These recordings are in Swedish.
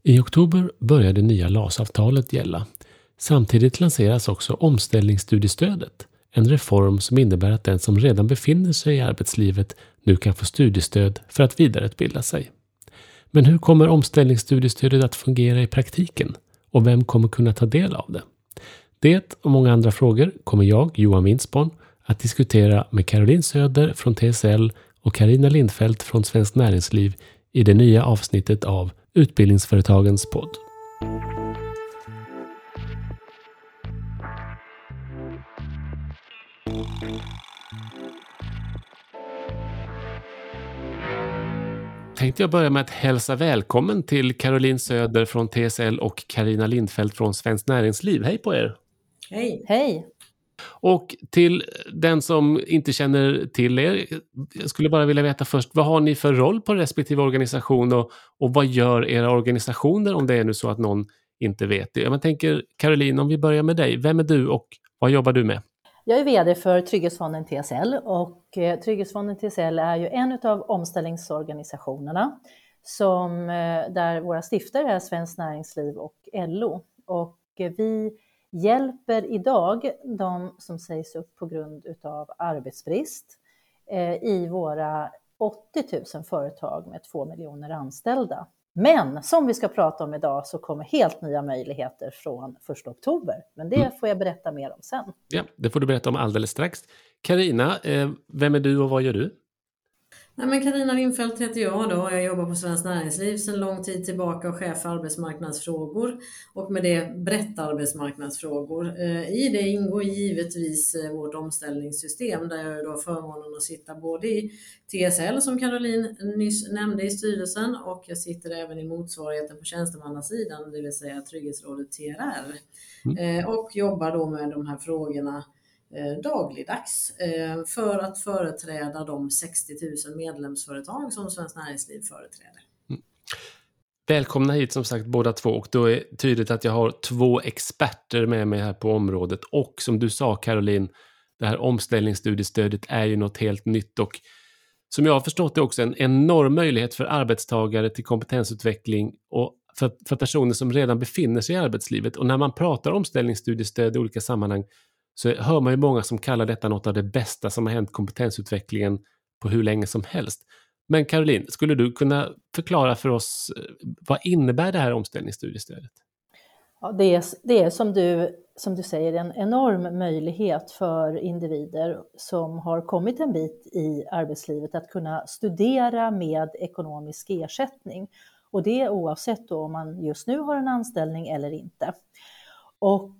I oktober börjar det nya LAS-avtalet gälla. Samtidigt lanseras också omställningsstudiestödet, en reform som innebär att den som redan befinner sig i arbetslivet nu kan få studiestöd för att vidareutbilda sig. Men hur kommer omställningsstudiestödet att fungera i praktiken? Och vem kommer kunna ta del av det? Det och många andra frågor kommer jag, Johan Winsborn, att diskutera med Caroline Söder från TSL och Carina Lindfelt från Svenskt Näringsliv i det nya avsnittet av Utbildningsföretagens podd. Tänkte jag börja med att hälsa välkommen till Caroline Söder från TSL och Carina Lindfelt från Svenskt Näringsliv. Hej på er! Hej! Hej! Och till den som inte känner till er, jag skulle bara vilja veta först, vad har ni för roll på respektive organisation och vad gör era organisationer om det är nu så att någon inte vet det? Jag tänker, Caroline, om vi börjar med dig, vem är du och vad jobbar du med? Jag är vd för Trygghetsfonden TSL och Trygghetsfonden TSL är ju en av omställningsorganisationerna där våra stiftare är Svenskt Näringsliv och LO. Och vi hjälper idag de som sägs upp på grund av arbetsbrist i våra 80 000 företag med 2 miljoner anställda. Men som vi ska prata om idag så kommer helt nya möjligheter från 1 oktober. Men det får jag berätta mer om sen. Ja, det får du berätta om alldeles strax. Carina, vem är du och vad gör du? Carina Lindfelt heter jag då. Jag jobbar på Svenskt Näringsliv sedan lång tid tillbaka och chef för arbetsmarknadsfrågor. Och med det brett arbetsmarknadsfrågor. I det ingår givetvis vårt omställningssystem där jag då har förmånen att sitta både i TSL som Caroline nyss nämnde i styrelsen och jag sitter även i motsvarigheten på tjänstemannasidan, det vill säga Trygghetsrådet TRR. Och jobbar då med de här frågorna dagligdags för att företräda de 60 000 medlemsföretag som Svenskt Näringsliv företräder. Välkomna hit som sagt båda två, och då är det tydligt att jag har två experter med mig här på området, och som du sa Caroline, det här omställningsstudiestödet är ju något helt nytt och som jag har förstått det också en enorm möjlighet för arbetstagare till kompetensutveckling och för personer som redan befinner sig i arbetslivet. Och när man pratar omställningsstudiestöd i olika sammanhang så hör man ju många som kallar detta något av det bästa som har hänt kompetensutvecklingen på hur länge som helst. Men Caroline, skulle du kunna förklara för oss vad innebär det här omställningsstudiestödet? Ja, det är som du säger en enorm möjlighet för individer som har kommit en bit i arbetslivet att kunna studera med ekonomisk ersättning. Och det oavsett då om man just nu har en anställning eller inte. Och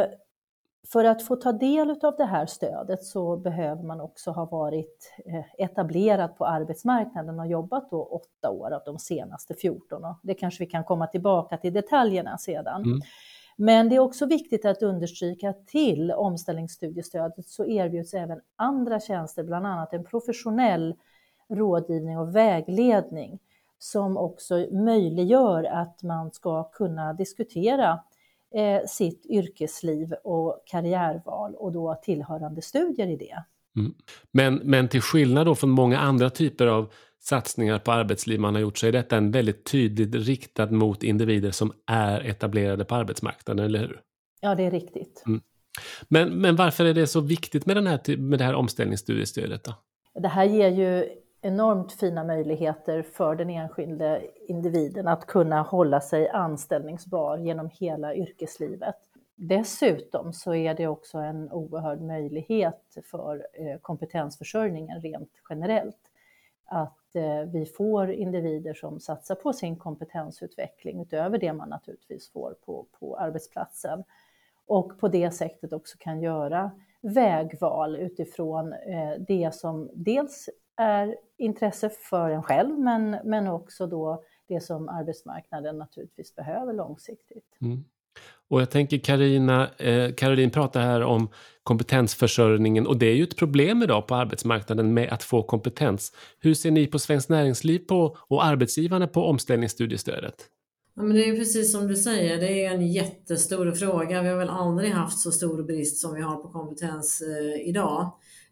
för att få ta del av det här stödet så behöver man också ha varit etablerad på arbetsmarknaden och jobbat då 8 år av de senaste 14. Och det kanske vi kan komma tillbaka till detaljerna sedan. Men det är också viktigt att understryka att till omställningsstudiestödet så erbjuds även andra tjänster, bland annat en professionell rådgivning och vägledning som också möjliggör att man ska kunna diskutera sitt yrkesliv och karriärval och då tillhörande studier i det. Men till skillnad då från många andra typer av satsningar på arbetsliv man har gjort så är detta en väldigt tydligt riktad mot individer som är etablerade på arbetsmarknaden, eller hur? Ja, det är riktigt. Men varför är det så viktigt med det här omställningsstudiestödet då? Det här ger ju enormt fina möjligheter för den enskilde individen att kunna hålla sig anställningsbar genom hela yrkeslivet. Dessutom så är det också en oerhörd möjlighet för kompetensförsörjningen rent generellt. Att vi får individer som satsar på sin kompetensutveckling utöver det man naturligtvis får på arbetsplatsen. Och på det sättet också kan göra vägval utifrån det som dels är intresse för en själv men också då det som arbetsmarknaden naturligtvis behöver långsiktigt. Och jag tänker Caroline pratar här om kompetensförsörjningen och det är ju ett problem idag på arbetsmarknaden med att få kompetens. Hur ser ni på Svenskt Näringsliv och arbetsgivarna på omställningsstudiestödet? Ja, men det är precis som du säger, det är en jättestor fråga. Vi har väl aldrig haft så stor brist som vi har på kompetens idag.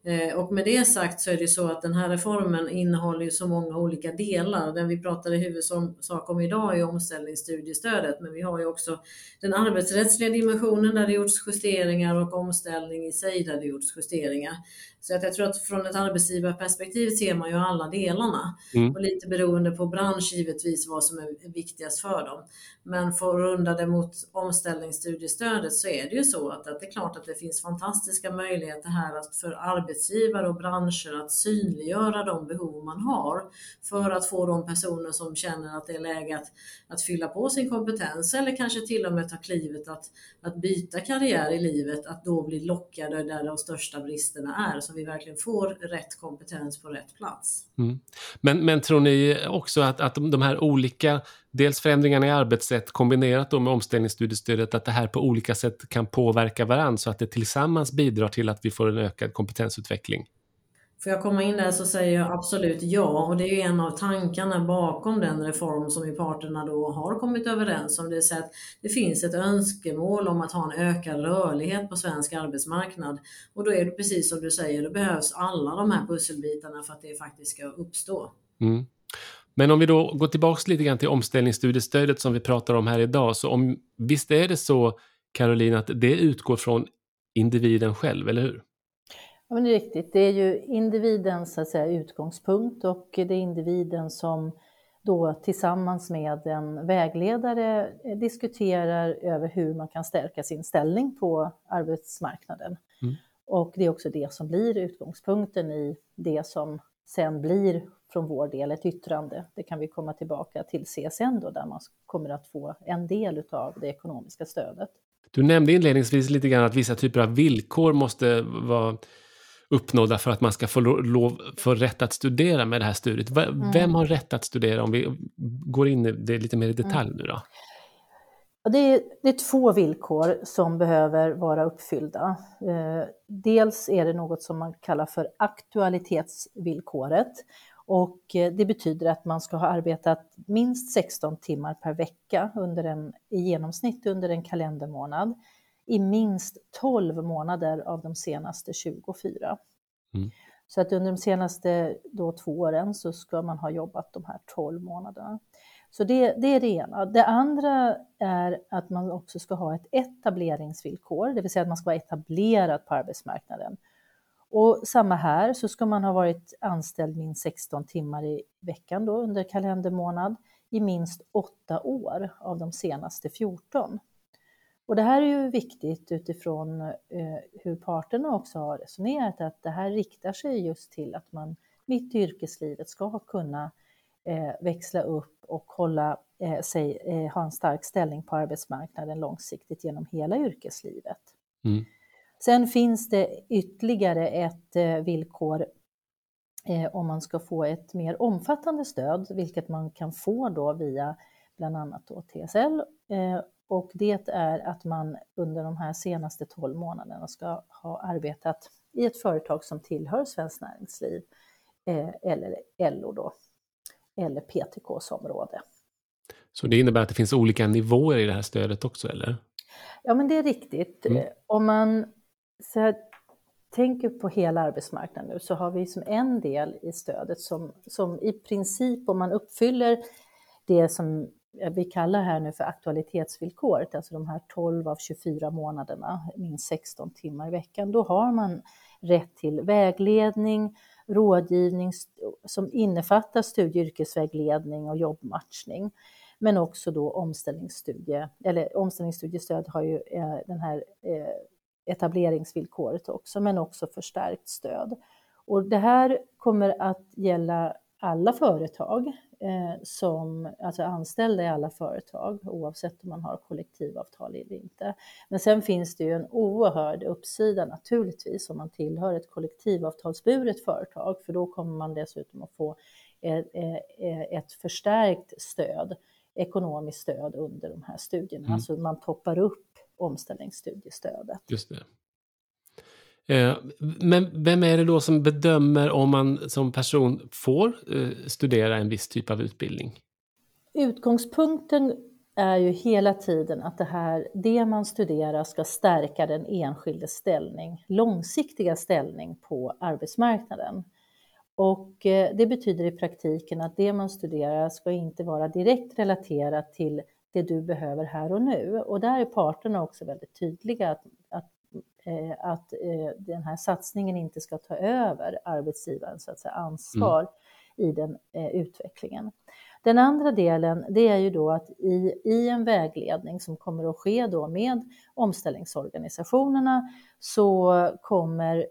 Och med det sagt så är det så att den här reformen innehåller ju så många olika delar. Den vi pratar i huvudsak om idag är omställningsstudiestödet, men vi har ju också den arbetsrättsliga dimensionen där det gjorts justeringar och omställning i sig där det gjorts justeringar. Så att jag tror att från ett arbetsgivarperspektiv ser man ju alla delarna och lite beroende på bransch givetvis vad som är viktigast för dem. Men för att runda det mot omställningsstudiestödet så är det ju så att det är klart att det finns fantastiska möjligheter här för arbetsgivare och branscher att synliggöra de behov man har för att få de personer som känner att det är läge att fylla på sin kompetens eller kanske till och med ta klivet att byta karriär i livet, att då bli lockade där de största bristerna är, så vi verkligen får rätt kompetens på rätt plats. Men tror ni också att de här olika, dels förändringarna i arbetssätt kombinerat då med omställningsstudiestödet, att det här på olika sätt kan påverka varandra så att det tillsammans bidrar till att vi får en ökad kompetensutveckling? Får jag komma in där så säger jag absolut ja, och det är ju en av tankarna bakom den reform som vi parterna då har kommit överens om. Det är så att det finns ett önskemål om att ha en ökad rörlighet på svensk arbetsmarknad, och då är det precis som du säger, det behövs alla de här pusselbitarna för att det faktiskt ska uppstå. Men om vi då går tillbaka lite grann till omställningsstudiestödet som vi pratar om här idag, så visst är det så, Caroline, att det utgår från individen själv, eller hur? Ja, men det är riktigt. Det är ju individens så att säga, utgångspunkt, och det är individen som då tillsammans med en vägledare diskuterar över hur man kan stärka sin ställning på arbetsmarknaden. Och det är också det som blir utgångspunkten i det som sen blir från vår del ett yttrande. Det kan vi komma tillbaka till CSN då, där man kommer att få en del av det ekonomiska stödet. Du nämnde inledningsvis lite grann att vissa typer av villkor måste vara uppnådda för att man ska få rätt att studera med det här studiet. Vem har rätt att studera, om vi går in i det lite mer i detalj nu då? Det är 2 villkor som behöver vara uppfyllda. Dels är det något som man kallar för aktualitetsvillkoret, och det betyder att man ska ha arbetat minst 16 timmar per vecka i genomsnitt under en kalendermånad i minst 12 månader av de senaste 24. Så att under de senaste 2 åren så ska man ha jobbat de här 12 månaderna. Så det är det ena. Det andra är att man också ska ha ett etableringsvillkor, det vill säga att man ska vara etablerad på arbetsmarknaden. Och samma här, så ska man ha varit anställd minst 16 timmar i veckan då under kalendermånad i minst 8 år av de senaste 14. Och det här är ju viktigt utifrån hur parterna också har resonerat, att det här riktar sig just till att man mitt i yrkeslivet ska kunna växla upp och ha en stark ställning på arbetsmarknaden långsiktigt genom hela yrkeslivet. Sen finns det ytterligare ett villkor om man ska få ett mer omfattande stöd, vilket man kan få då via bland annat då TSL, och det är att man under de här senaste 12 månaderna ska ha arbetat i ett företag som tillhör Svenskt Näringsliv eller LO då, eller PTKs område. Så det innebär att det finns olika nivåer i det här stödet också, eller? Ja, men det är riktigt. Om man tänker på hela arbetsmarknaden nu, så har vi som en del i stödet som i princip, om man uppfyller det som vi kallar här nu för aktualitetsvillkoret, alltså de här 12 av 24 månaderna, minst 16 timmar i veckan, då har man rätt till vägledning, rådgivning som innefattar studie- och yrkesvägledning och jobbmatchning, men också då omställningsstudiestöd har ju den här etableringsvillkoret också, men också förstärkt stöd. Och det här kommer att gälla alla företag, alltså anställda i alla företag, oavsett om man har kollektivavtal eller inte. Men sen finns det ju en oerhörd uppsida naturligtvis om man tillhör ett kollektivavtalsburet företag, för då kommer man dessutom att få ett förstärkt stöd, ekonomiskt stöd under de här studierna. Alltså man toppar upp omställningsstudiestödet. Just det. Men vem är det då som bedömer om man som person får studera en viss typ av utbildning? Utgångspunkten är ju hela tiden att det man studerar ska stärka den enskildes ställning, långsiktiga ställning på arbetsmarknaden. Och det betyder i praktiken att det man studerar ska inte vara direkt relaterat till det du behöver här och nu. Och där är parterna också väldigt tydliga att den här satsningen inte ska ta över arbetsgivarens så att säga, ansvar i den utvecklingen. Den andra delen, det är ju då att i en vägledning som kommer att ske då med omställningsorganisationerna, så kommer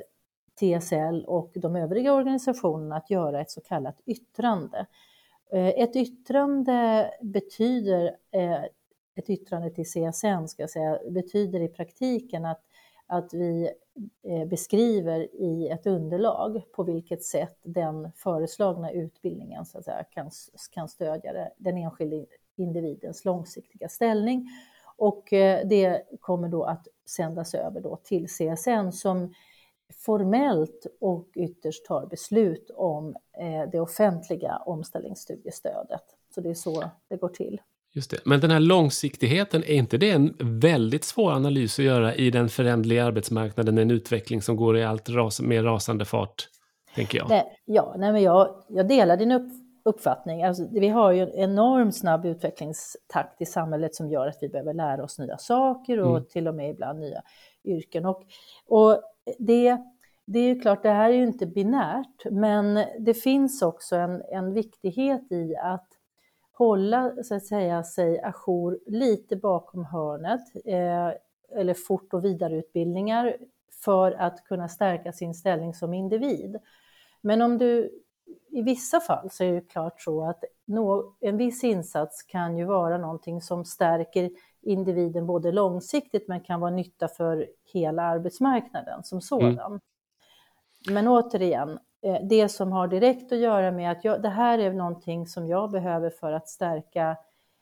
TSL och de övriga organisationerna att göra ett så kallat yttrande. Ett yttrande betyder, ett yttrande till CSN ska jag säga, betyder i praktiken att vi beskriver i ett underlag på vilket sätt den föreslagna utbildningen så att säga, kan stödja den enskilda individens långsiktiga ställning. Och det kommer då att sändas över då till CSN som formellt och ytterst tar beslut om det offentliga omställningsstudiestödet. Så det är så det går till. Just det. Men den här långsiktigheten, är inte det en väldigt svår analys att göra i den föränderliga arbetsmarknaden, en utveckling som går i allt mer rasande fart, tänker jag? Men jag delar din uppfattning. Alltså, vi har ju en enormt snabb utvecklingstakt i samhället som gör att vi behöver lära oss nya saker och till och med ibland nya yrken. Och det är ju klart, det här är ju inte binärt, men det finns också en viktighet i att hålla så att säga, sig ajour lite bakom hörnet eller fort- och vidareutbildningar för att kunna stärka sin ställning som individ. Men om du i vissa fall så är det klart så att en viss insats kan ju vara någonting som stärker individen både långsiktigt men kan vara nytta för hela arbetsmarknaden som sådan. Men återigen, det som har direkt att göra med att det här är någonting som jag behöver för att stärka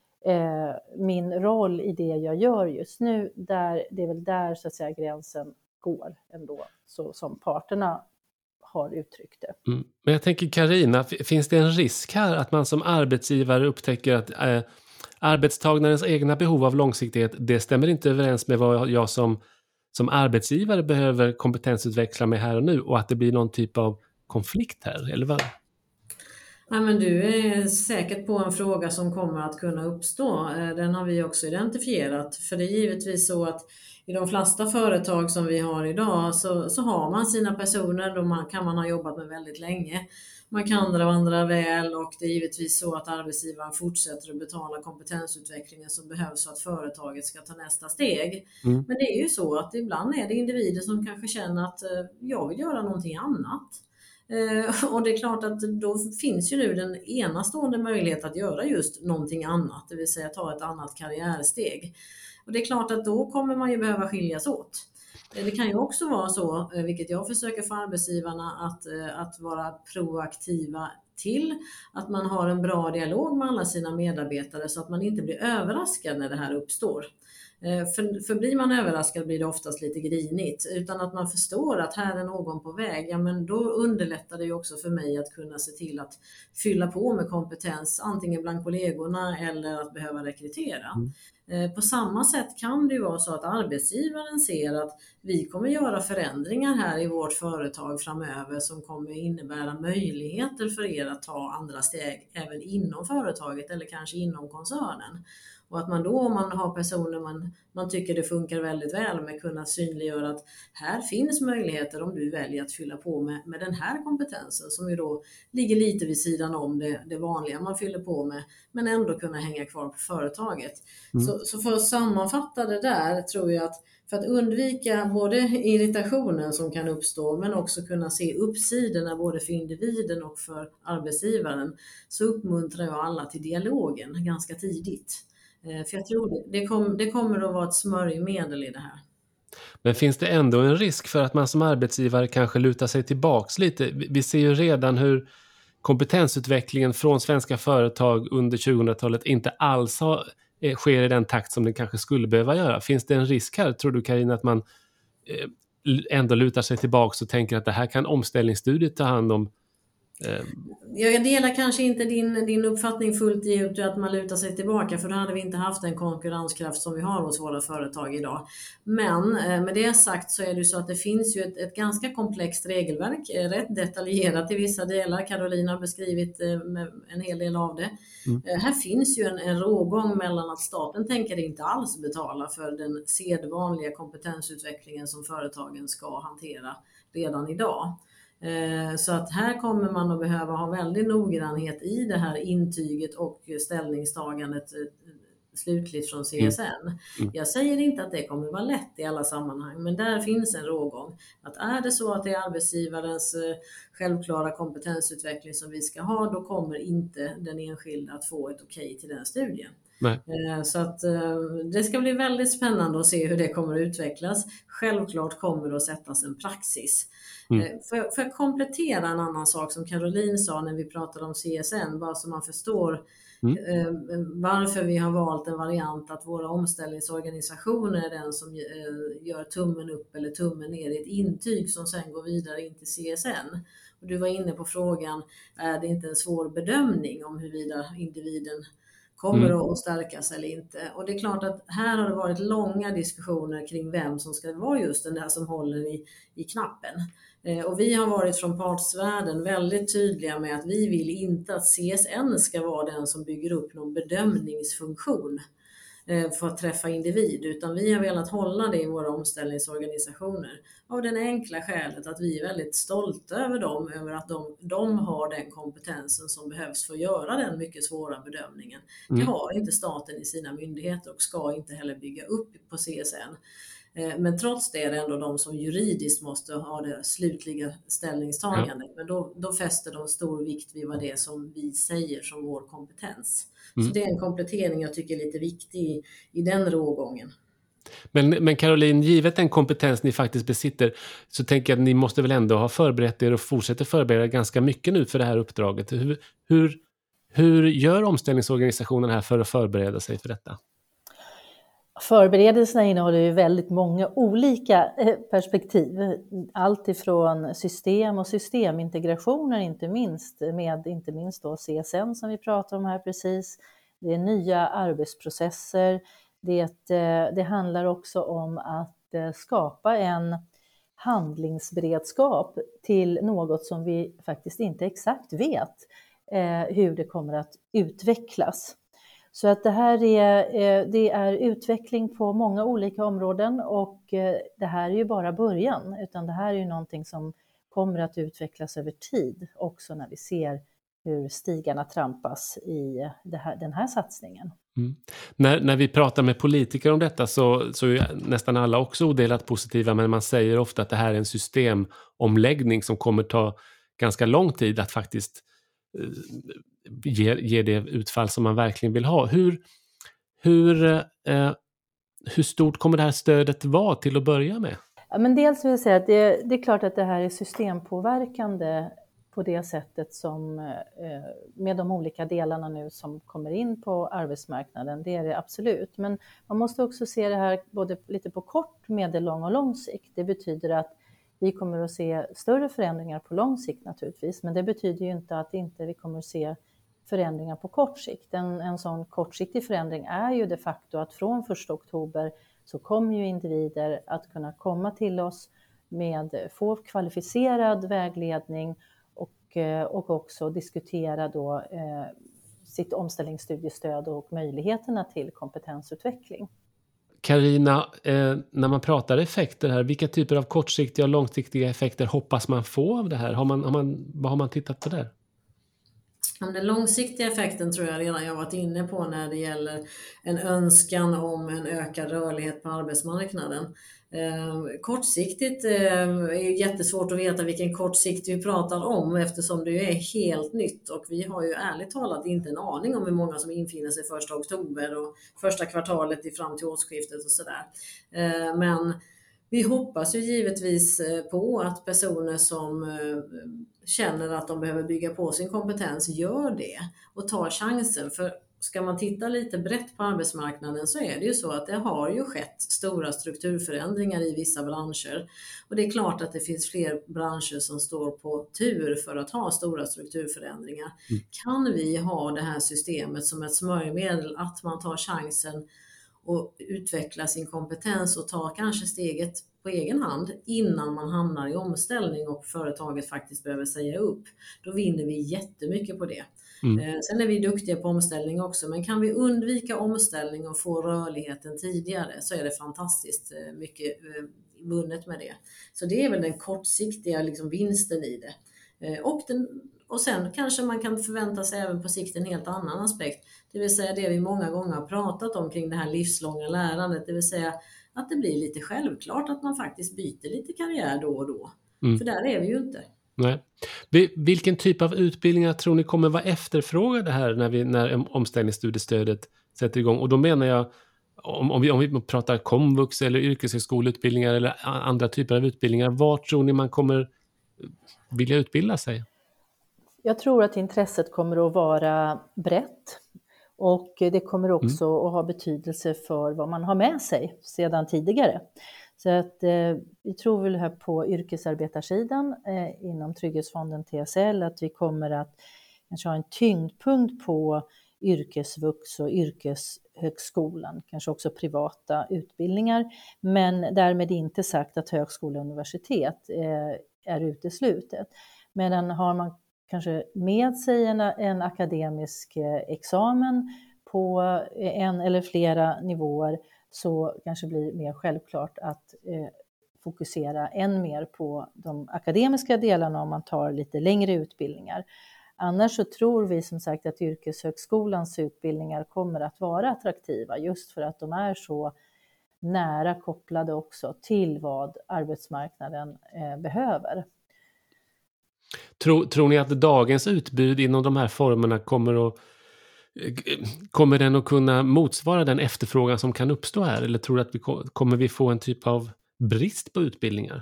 min roll i det jag gör just nu. Det är väl där så att säga gränsen går ändå, så som parterna har uttryckt det. Men jag tänker, Carina, finns det en risk här att man som arbetsgivare upptäcker att arbetstagarens egna behov av långsiktighet, det stämmer inte överens med vad jag som arbetsgivare behöver kompetensutveckla mig här och nu, och att det blir någon typ av konflikt här, eller vad? Ja, men du är säkert på en fråga som kommer att kunna uppstå. Den har vi också identifierat. För det är givetvis så att i de flesta företag som vi har idag så har man sina personer, då kan man ha jobbat med väldigt länge. Man kan vandra väl, och det är givetvis så att arbetsgivaren fortsätter att betala kompetensutvecklingen som behövs för att företaget ska ta nästa steg. Men det är ju så att ibland är det individer som kanske känner att jag vill göra någonting annat. Och det är klart att då finns ju nu den enastående möjlighet att göra just någonting annat, det vill säga ta ett annat karriärsteg. Och det är klart att då kommer man ju behöva skiljas åt. Det kan ju också vara så, vilket jag försöker få arbetsgivarna att vara proaktiva till, att man har en bra dialog med alla sina medarbetare så att man inte blir överraskad när det här uppstår. För blir man överraskad blir det oftast lite grinigt, utan att man förstår att här är någon på väg, ja, men då underlättar det ju också för mig att kunna se till att fylla på med kompetens, antingen bland kollegorna eller att behöva rekrytera. På samma sätt kan det ju vara så att arbetsgivaren ser att vi kommer göra förändringar här i vårt företag framöver som kommer innebära möjligheter för er att ta andra steg även inom företaget eller kanske inom koncernen. Och att man då, om man har personer man tycker det funkar väldigt väl med, kunna synliggöra att här finns möjligheter om du väljer att fylla på med den här kompetensen som ju då ligger lite vid sidan om det vanliga man fyller på med, men ändå kunna hänga kvar på företaget. Så för att sammanfatta det där, tror jag att för att undvika både irritationen som kan uppstå men också kunna se uppsidorna både för individen och för arbetsgivaren, så uppmuntrar jag alla till dialogen ganska tidigt. För jag tror det kommer att vara ett smörjmedel i det här. Men finns det ändå en risk för att man som arbetsgivare kanske lutar sig tillbaks lite? Vi ser ju redan hur kompetensutvecklingen från svenska företag under 2000-talet inte alls sker i den takt som den kanske skulle behöva göra. Finns det en risk här, tror du, Carina, att man ändå lutar sig tillbaks och tänker att det här kan omställningsstudiet ta hand om Jag delar kanske inte din uppfattning fullt ut att man lutar sig tillbaka, för då hade vi inte haft den konkurrenskraft som vi har hos våra företag idag. Men med det sagt så är det ju så att det finns ju ett ganska komplext regelverk, rätt detaljerat i vissa delar. Caroline har beskrivit en hel del av det. Här finns ju en rågång mellan att staten tänker inte alls betala för den sedvanliga kompetensutvecklingen som företagen ska hantera redan idag. Så att här kommer man att behöva ha väldigt noggrannhet i det här intyget och ställningstagandet slutligt från CSN. Jag säger inte att det kommer vara lätt i alla sammanhang, men där finns en rågång. Att är det så att det är arbetsgivarens självklara kompetensutveckling som vi ska ha, då kommer inte den enskilda att få ett okej till den studien. Nej. Så att det ska bli väldigt spännande att se hur det kommer att utvecklas. Självklart kommer det att sättas en praxis. För att komplettera en annan sak som Caroline sa när vi pratade om CSN, bara så man förstår varför vi har valt en variant att våra omställningsorganisationer är den som gör tummen upp eller tummen ner i ett intyg som sen går vidare in till CSN. Och du var inne på frågan, är det inte en svår bedömning om huruvida individen kommer att stärkas eller inte. Och det är klart att här har det varit långa diskussioner kring vem som ska vara just den där som håller i knappen. Och vi har varit från partsvärlden väldigt tydliga med att vi vill inte att CSN ska vara den som bygger upp någon bedömningsfunktion för att träffa individ, utan vi har velat hålla det i våra omställningsorganisationer av den enkla skälet att vi är väldigt stolta över dem, över att de har den kompetensen som behövs för att göra den mycket svåra bedömningen. Det har inte staten i sina myndigheter och ska inte heller bygga upp på CSN. Men trots det är det ändå de som juridiskt måste ha det slutliga ställningstagandet. Men då fäster de stor vikt vid vad det är som vi säger som vår kompetens. Så det är en komplettering jag tycker är lite viktig i den rågången. Men Caroline, givet den kompetens ni faktiskt besitter, så tänker jag att ni måste väl ändå ha förberett er och fortsätter förbereda ganska mycket nu för det här uppdraget. Hur gör omställningsorganisationen här för att förbereda sig för detta? Förberedelserna innehåller ju väldigt många olika perspektiv. Allt ifrån system och systemintegrationer inte minst då CSN som vi pratar om här precis. Det är nya arbetsprocesser. Det handlar också om att skapa en handlingsberedskap till något som vi faktiskt inte exakt vet hur det kommer att utvecklas. Så att det här är utveckling på många olika områden, och det här är ju bara början, utan det här är ju någonting som kommer att utvecklas över tid också när vi ser hur stigarna trampas i den här satsningen. När vi pratar med politiker om detta så är nästan alla också odelat positiva, men man säger ofta att det här är en systemomläggning som kommer ta ganska lång tid att faktiskt ge det utfall som man verkligen vill ha. Hur stort kommer det här stödet vara till att börja med? Ja, men dels vill jag säga att det är klart att det här är systempåverkande på det sättet som med de olika delarna nu som kommer in på arbetsmarknaden, det är det absolut. Men man måste också se det här både lite på kort, medellång och lång sikt. Det betyder att vi kommer att se större förändringar på lång sikt naturligtvis, men det betyder ju inte att inte vi kommer att se förändringar på kort sikt. En sån kortsiktig förändring är ju de facto att från 1 oktober så kommer ju individer att kunna komma till oss få kvalificerad vägledning och också diskutera då sitt omställningsstudiestöd och möjligheterna till kompetensutveckling. Carina, när man pratar effekter här, vilka typer av kortsiktiga och långsiktiga effekter hoppas man få av det här? Vad har man tittat på där? Den långsiktiga effekten tror jag redan jag varit inne på när det gäller en önskan om en ökad rörlighet på arbetsmarknaden. Kortsiktigt är jättesvårt att veta vilken kortsikt vi pratar om eftersom det är helt nytt, och vi har ju ärligt talat inte en aning om hur många som infinner sig 1 oktober och första kvartalet fram till årsskiftet och sådär. Men vi hoppas ju givetvis på att personer som känner att de behöver bygga på sin kompetens gör det och tar chansen, för ska man titta lite brett på arbetsmarknaden så är det ju så att det har ju skett stora strukturförändringar i vissa branscher. Och det är klart att det finns fler branscher som står på tur för att ha stora strukturförändringar. Kan vi ha det här systemet som ett smörjmedel, att man tar chansen och utveckla sin kompetens och ta kanske steget på egen hand innan man hamnar i omställning och företaget faktiskt behöver säga upp, då vinner vi jättemycket på det. Sen är vi duktiga på omställning också, men kan vi undvika omställning och få rörligheten tidigare så är det fantastiskt mycket vunnet med det. Så det är väl den kortsiktiga liksom vinsten i det. Och sen kanske man kan förvänta sig även på sikt en helt annan aspekt. Det vill säga det vi många gånger har pratat om kring det här livslånga lärandet. Det vill säga att det blir lite självklart att man faktiskt byter lite karriär då och då. För där är vi ju inte. Nej. Vilken typ av utbildningar tror ni kommer vara efterfrågade här när omställningsstudiestödet sätter igång? Och då menar jag, om vi pratar komvux eller yrkeshögskoleutbildningar eller andra typer av utbildningar, var tror ni man kommer vilja utbilda sig? Jag tror att intresset kommer att vara brett och det kommer också att ha betydelse för vad man har med sig sedan tidigare. Så att vi tror väl här på yrkesarbetarsidan inom Trygghetsfonden TSL att vi kommer att kanske ha en tyngdpunkt på yrkesvux och yrkeshögskolan, kanske också privata utbildningar, men därmed inte sagt att högskola och universitet är uteslutet. Medan har man kanske med sig en akademisk examen på en eller flera nivåer så kanske blir mer självklart att fokusera än mer på de akademiska delarna om man tar lite längre utbildningar. Annars så tror vi som sagt att yrkeshögskolans utbildningar kommer att vara attraktiva just för att de är så nära kopplade också till vad arbetsmarknaden behöver. Tror ni att dagens utbud inom de här formerna kommer den att kunna motsvara den efterfrågan som kan uppstå här? Eller tror du att kommer vi få en typ av brist på utbildningar?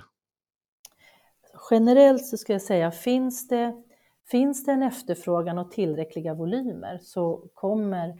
Generellt så ska jag säga, finns det en efterfrågan och tillräckliga volymer så kommer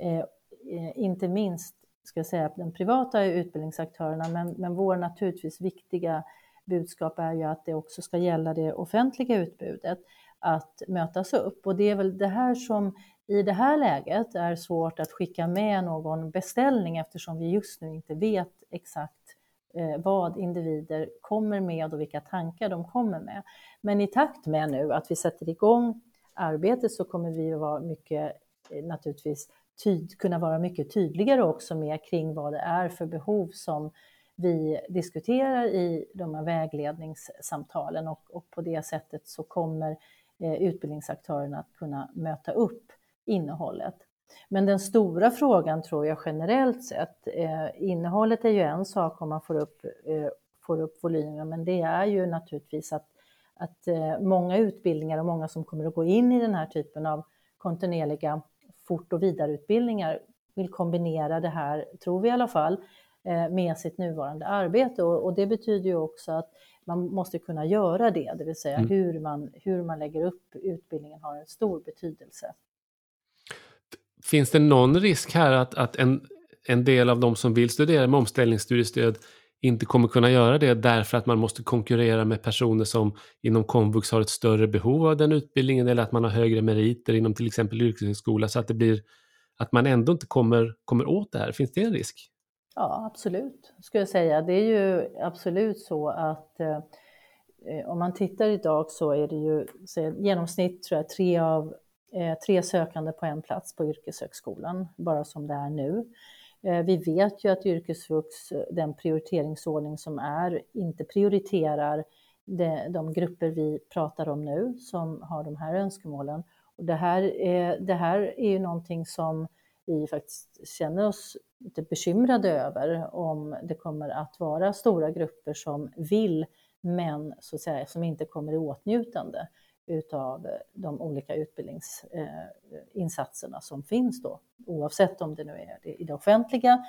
inte minst ska jag säga, de privata utbildningsaktörerna, men vår naturligtvis viktiga budskap är ju att det också ska gälla det offentliga utbudet att mötas upp. Och det är väl det här som i det här läget är svårt att skicka med någon beställning eftersom vi just nu inte vet exakt vad individer kommer med och vilka tankar de kommer med. Men i takt med nu att vi sätter igång arbetet så kommer vi att vara mycket, naturligtvis kunna vara mycket tydligare också med kring vad det är för behov som vi diskuterar i de här vägledningssamtalen och på det sättet så kommer utbildningsaktörerna att kunna möta upp innehållet. Men den stora frågan tror jag generellt sett, innehållet är ju en sak om man får upp volymen, men det är ju naturligtvis att många utbildningar och många som kommer att gå in i den här typen av kontinuerliga fort- och vidareutbildningar vill kombinera det här, tror vi i alla fall, med sitt nuvarande arbete. Och det betyder ju också att man måste kunna göra det vill säga hur man lägger upp utbildningen har en stor betydelse. Finns det någon risk här att en del av de som vill studera med omställningsstudiestöd inte kommer kunna göra det därför att man måste konkurrera med personer som inom komvux har ett större behov av den utbildningen eller att man har högre meriter inom till exempel yrkeshögskola så att det blir att man ändå inte kommer åt det här? Finns det en risk? Ja, absolut, skulle jag säga. Det är ju absolut så att om man tittar idag så är det ju genomsnitt tror jag 3 sökande på en plats på yrkeshögskolan, bara som det är nu. Vi vet ju att yrkesvux, den prioriteringsordning som är, inte prioriterar de grupper vi pratar om nu som har de här önskemålen. Och det här är ju någonting som vi faktiskt känner oss lite bekymrade över om det kommer att vara stora grupper som vill men så att säga, som inte kommer i åtnjutande utav de olika utbildningsinsatserna som finns då, oavsett om det nu är i det offentliga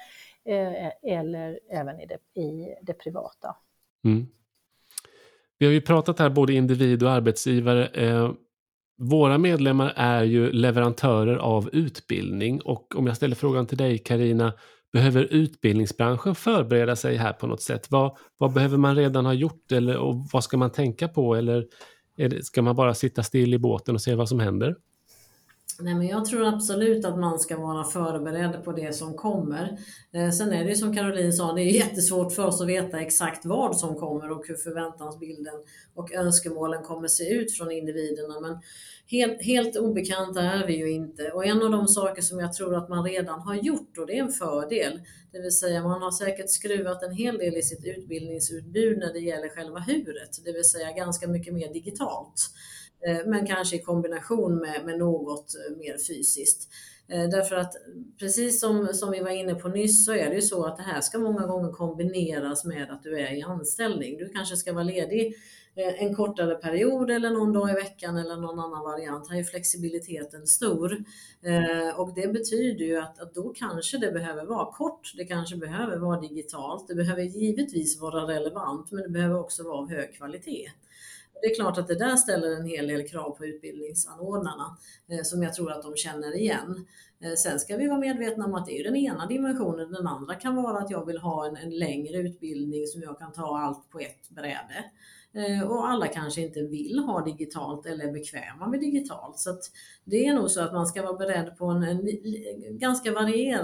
eller även i det privata. Vi har ju pratat här både individ och arbetsgivare. våra medlemmar är ju leverantörer av utbildning, och om jag ställer frågan till dig, Carina, behöver utbildningsbranschen förbereda sig här på något sätt? Vad behöver man redan ha gjort, och vad ska man tänka på, eller ska man bara sitta still i båten och se vad som händer? Nej, men jag tror absolut att man ska vara förberedd på det som kommer. Sen är det ju som Caroline sa, det är jättesvårt för oss att veta exakt vad som kommer och hur förväntansbilden och önskemålen kommer se ut från individerna. Men helt obekant är vi ju inte. Och en av de saker som jag tror att man redan har gjort, och det är en fördel, det vill säga man har säkert skruvat en hel del i sitt utbildningsutbud när det gäller själva huret, det vill säga ganska mycket mer digitalt. Men kanske i kombination med något mer fysiskt. Därför att precis som vi var inne på nyss, så är det ju så att det här ska många gånger kombineras med att du är i anställning. Du kanske ska vara ledig en kortare period eller någon dag i veckan eller någon annan variant. Här är flexibiliteten stor. Och det betyder ju att då kanske det behöver vara kort, det kanske behöver vara digitalt, det behöver givetvis vara relevant, men det behöver också vara av hög kvalitet. Det är klart att det där ställer en hel del krav på utbildningsanordnarna som jag tror att de känner igen. Sen ska vi vara medvetna om att det är den ena dimensionen. Den andra kan vara att jag vill ha en längre utbildning som jag kan ta allt på ett bräde. Och alla kanske inte vill ha digitalt eller är bekväma med digitalt. Så att det är nog så att man ska vara beredd på en ganska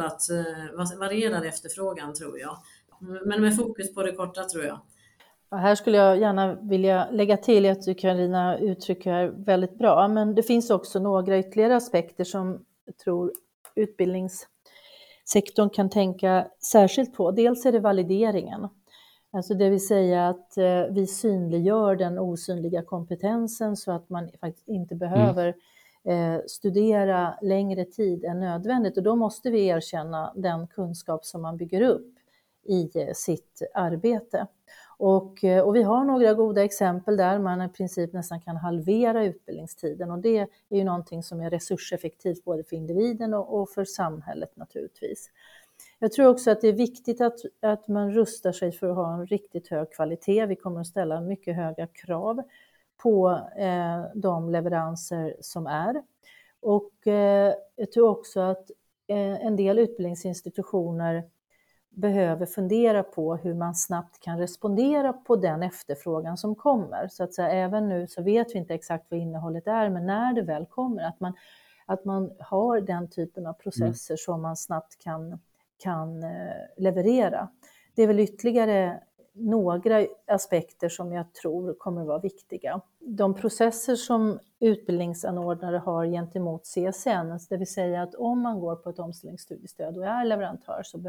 varierad efterfrågan, tror jag. Men med fokus på det korta, tror jag. Och här skulle jag gärna vilja lägga till att du, Carina, uttrycker väldigt bra, men det finns också några ytterligare aspekter som jag tror utbildningssektorn kan tänka särskilt på. Dels är det valideringen, alltså det vill säga att vi synliggör den osynliga kompetensen så att man faktiskt inte behöver studera längre tid än nödvändigt, och då måste vi erkänna den kunskap som man bygger upp i sitt arbete. Och vi har några goda exempel där man i princip nästan kan halvera utbildningstiden, och det är ju någonting som är resurseffektivt både för individen och för samhället naturligtvis. Jag tror också att det är viktigt att man rustar sig för att ha en riktigt hög kvalitet. Vi kommer att ställa mycket höga krav på de leveranser som är. Och jag tror också att en del utbildningsinstitutioner behöver fundera på hur man snabbt kan respondera på den efterfrågan som kommer. Så att säga, även nu så vet vi inte exakt vad innehållet är, men när det väl kommer, att man har den typen av processer som man snabbt kan leverera. Det är väl ytterligare några aspekter som jag tror kommer att vara viktiga. De processer som utbildningsanordnare har gentemot CSN, det vill säga att om man går på ett omställningsstudiestöd och är leverantör, så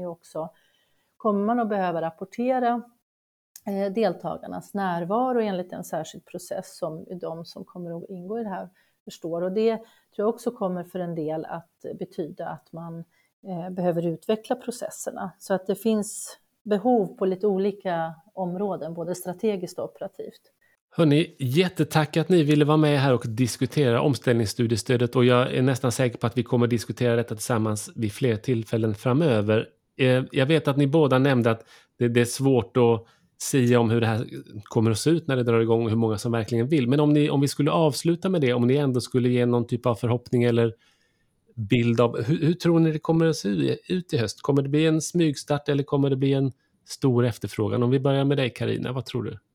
kommer man att behöva rapportera deltagarnas närvaro enligt en särskild process som de som kommer att ingå i det här förstår. Och det tror jag också kommer för en del att betyda att man behöver utveckla processerna, så att det finns behov på lite olika områden, både strategiskt och operativt. Hörrni, jättetack att ni ville vara med här och diskutera omställningsstudiestödet, och jag är nästan säker på att vi kommer att diskutera detta tillsammans vid fler tillfällen framöver. Jag vet att ni båda nämnde att det är svårt att säga om hur det här kommer att se ut när det drar igång och hur många som verkligen vill. Men om vi skulle avsluta med det, om ni ändå skulle ge någon typ av förhoppning eller bild av hur tror ni det kommer att se ut i höst? Kommer det bli en smygstart eller kommer det bli en stor efterfrågan? Om vi börjar med dig, Carina, vad tror du?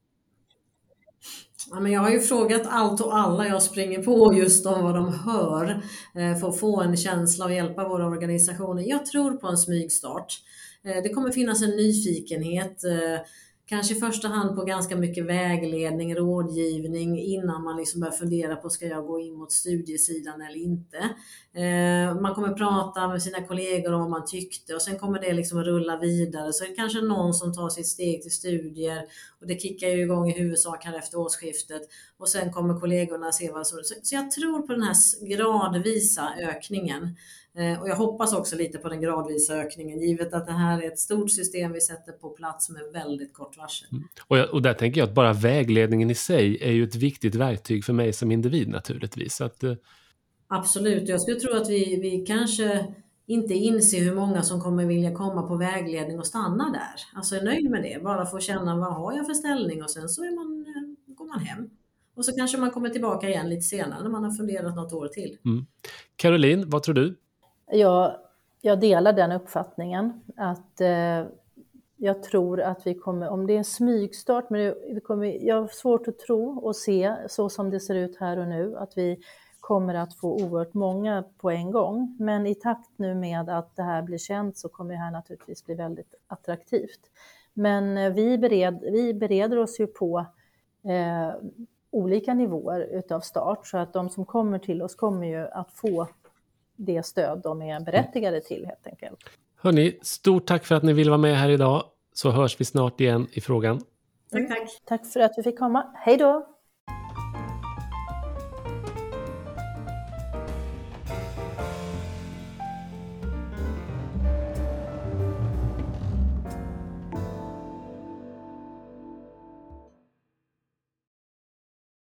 Ja, men jag har ju frågat allt och alla jag springer på just om vad de hör för att få en känsla och hjälpa våra organisationer. Jag tror på en smygstart. Det kommer finnas en nyfikenhet, kanske i första hand på ganska mycket vägledning, rådgivning innan man liksom börjar fundera på ska jag gå in mot studiesidan eller inte. Man kommer prata med sina kollegor om vad man tyckte och sen kommer det liksom rulla vidare. Så det är kanske någon som tar sitt steg till studier och det kickar ju igång i huvudsak här efter årsskiftet och sen kommer kollegorna se vad som... Så jag tror på den här gradvisa ökningen. Och jag hoppas också lite på den gradvisa ökningen, givet att det här är ett stort system vi sätter på plats med väldigt kort varsel. Och där tänker jag att bara vägledningen i sig är ju ett viktigt verktyg för mig som individ naturligtvis. Så att, Absolut, jag skulle tro att vi kanske inte inser hur många som kommer vilja komma på vägledning och stanna där. Alltså är nöjd med det, bara få känna vad har jag för ställning och sen så går man hem. Och så kanske man kommer tillbaka igen lite senare när man har funderat något år till. Caroline, vad tror du? Jag delar den uppfattningen att jag tror att vi kommer, om det är en smygstart, men jag har svårt att tro och se så som det ser ut här och nu, att vi kommer att få oerhört många på en gång. Men i takt nu med att det här blir känt så kommer det här naturligtvis bli väldigt attraktivt. Men vi bereder oss ju på olika nivåer utav start, så att de som kommer till oss kommer ju att få det stöd de är berättigade till helt enkelt. Hörrni, stort tack för att ni vill vara med här idag, så hörs vi snart igen i frågan. Tack. Tack för att vi fick komma. Hej då!